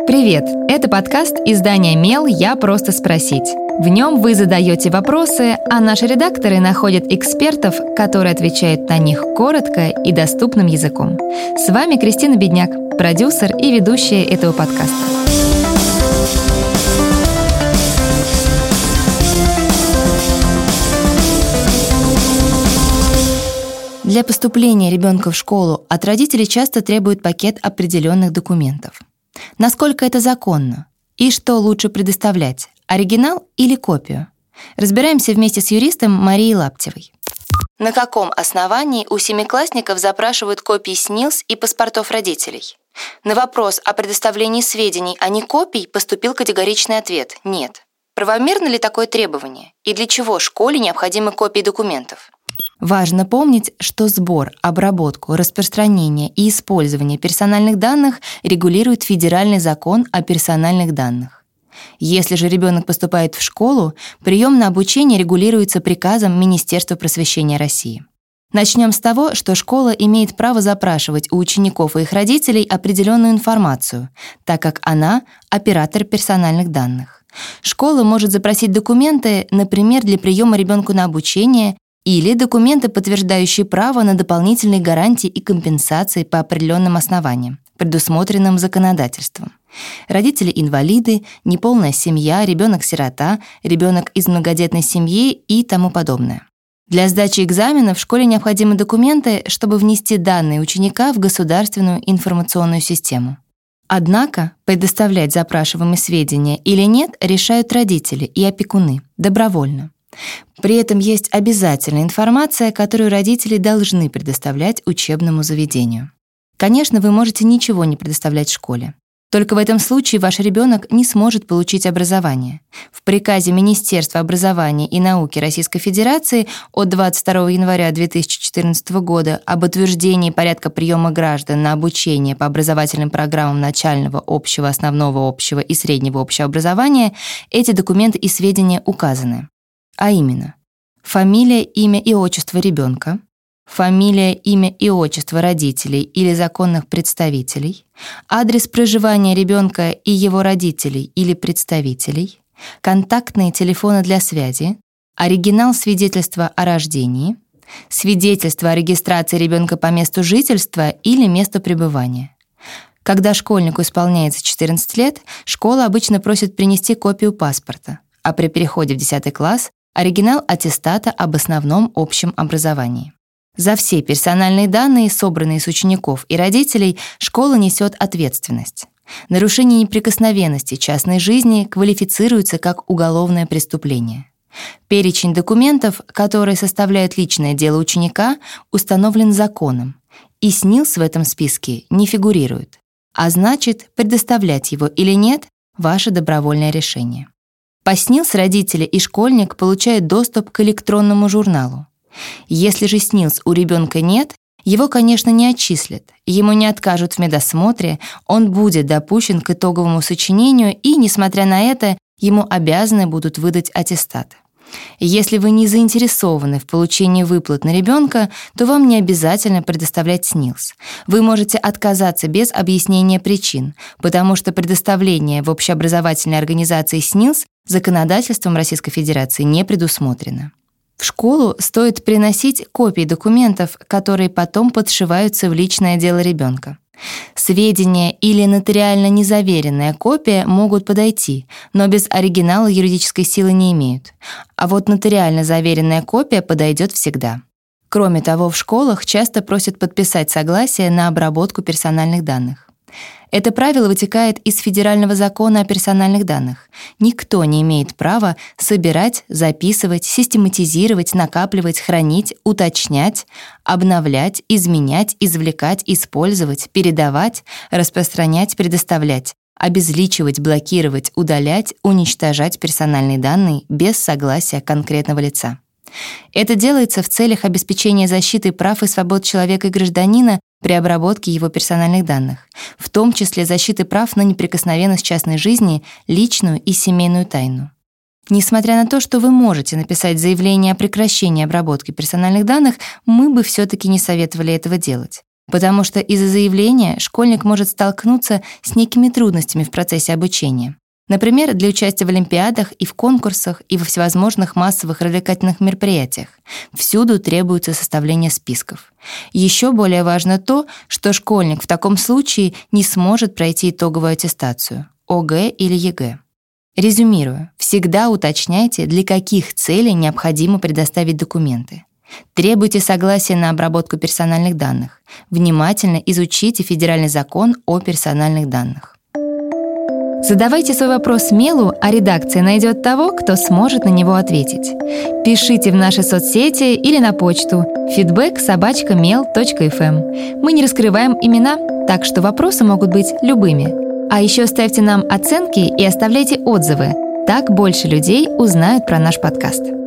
Привет! Это подкаст издания «Мел. Я просто спросить». В нем вы задаете вопросы, а наши редакторы находят экспертов, которые отвечают на них коротко и доступным языком. С вами Кристина Бедняк, продюсер и ведущая этого подкаста. Для поступления ребенка в школу от родителей часто требуют пакет определенных документов. Насколько это законно? И что лучше предоставлять – оригинал или копию? Разбираемся вместе с юристом Марией Лаптевой. На каком основании у семиклассников запрашивают копии СНИЛС и паспортов родителей? На вопрос о предоставлении сведений, а не копий, поступил категоричный ответ – нет. Правомерно ли такое требование? И для чего школе необходимы копии документов? Важно помнить, что сбор, обработку, распространение и использование персональных данных регулирует Федеральный закон о персональных данных. Если же ребенок поступает в школу, прием на обучение регулируется приказом Министерства просвещения России. Начнем с того, что школа имеет право запрашивать у учеников и их родителей определенную информацию, так как она – оператор персональных данных. Школа может запросить документы, например, для приема ребенка на обучение или документы, подтверждающие право на дополнительные гарантии и компенсации по определенным основаниям, предусмотренным законодательством. Родители-инвалиды, неполная семья, ребенок-сирота, ребенок из многодетной семьи и тому подобное. Для сдачи экзамена в школе необходимы документы, чтобы внести данные ученика в государственную информационную систему. Однако предоставлять запрашиваемые сведения или нет решают родители и опекуны добровольно. При этом есть обязательная информация, которую родители должны предоставлять учебному заведению. Конечно, вы можете ничего не предоставлять школе. Только в этом случае ваш ребенок не сможет получить образование. В приказе Министерства образования и науки Российской Федерации от 22 января 2014 года об утверждении порядка приема граждан на обучение по образовательным программам начального, общего, основного общего и среднего общего образования эти документы и сведения указаны. А именно, фамилия, имя и отчество ребенка, фамилия, имя и отчество родителей или законных представителей, адрес проживания ребенка и его родителей или представителей, контактные телефоны для связи, оригинал свидетельства о рождении, свидетельство о регистрации ребенка по месту жительства или месту пребывания. Когда школьнику исполняется 14 лет, школа обычно просит принести копию паспорта, а при переходе в 10 класс – оригинал аттестата об основном общем образовании. За все персональные данные, собранные с учеников и родителей, школа несет ответственность. Нарушение неприкосновенности частной жизни квалифицируется как уголовное преступление. Перечень документов, которые составляют личное дело ученика, установлен законом, и СНИЛС в этом списке не фигурирует. А значит, предоставлять его или нет – ваше добровольное решение. По СНИЛС родители и школьник получают доступ к электронному журналу. Если же СНИЛС у ребенка нет, его, конечно, не отчислят, ему не откажут в медосмотре, он будет допущен к итоговому сочинению и, несмотря на это, ему обязаны будут выдать аттестат. Если вы не заинтересованы в получении выплат на ребенка, то вам не обязательно предоставлять СНИЛС. Вы можете отказаться без объяснения причин, потому что предоставление в общеобразовательной организации СНИЛС законодательством Российской Федерации не предусмотрено. В школу стоит приносить копии документов, которые потом подшиваются в личное дело ребенка. Сведения или нотариально незаверенная копия могут подойти, но без оригинала юридической силы не имеют. А вот нотариально заверенная копия подойдет всегда. Кроме того, в школах часто просят подписать согласие на обработку персональных данных. Это правило вытекает из Федерального закона о персональных данных. Никто не имеет права собирать, записывать, систематизировать, накапливать, хранить, уточнять, обновлять, изменять, извлекать, использовать, передавать, распространять, предоставлять, обезличивать, блокировать, удалять, уничтожать персональные данные без согласия конкретного лица. Это делается в целях обеспечения защиты прав и свобод человека и гражданина при обработке его персональных данных, в том числе защиты прав на неприкосновенность частной жизни, личную и семейную тайну. Несмотря на то, что вы можете написать заявление о прекращении обработки персональных данных, мы бы все-таки не советовали этого делать. потому что из-за заявления школьник может столкнуться с некими трудностями в процессе обучения. Например, для участия в олимпиадах и в конкурсах, и во всевозможных массовых развлекательных мероприятиях. Всюду требуется составление списков. Еще более важно то, что школьник в таком случае не сможет пройти итоговую аттестацию, ОГЭ или ЕГЭ. Резюмирую, всегда уточняйте, для каких целей необходимо предоставить документы. Требуйте согласия на обработку персональных данных. Внимательно изучите федеральный закон о персональных данных. Задавайте свой вопрос Мелу, а редакция найдет того, кто сможет на него ответить. Пишите в наши соцсети или на почту feedback@mel.fm. Мы не раскрываем имена, так что вопросы могут быть любыми. А еще ставьте нам оценки и оставляйте отзывы. Так больше людей узнают про наш подкаст.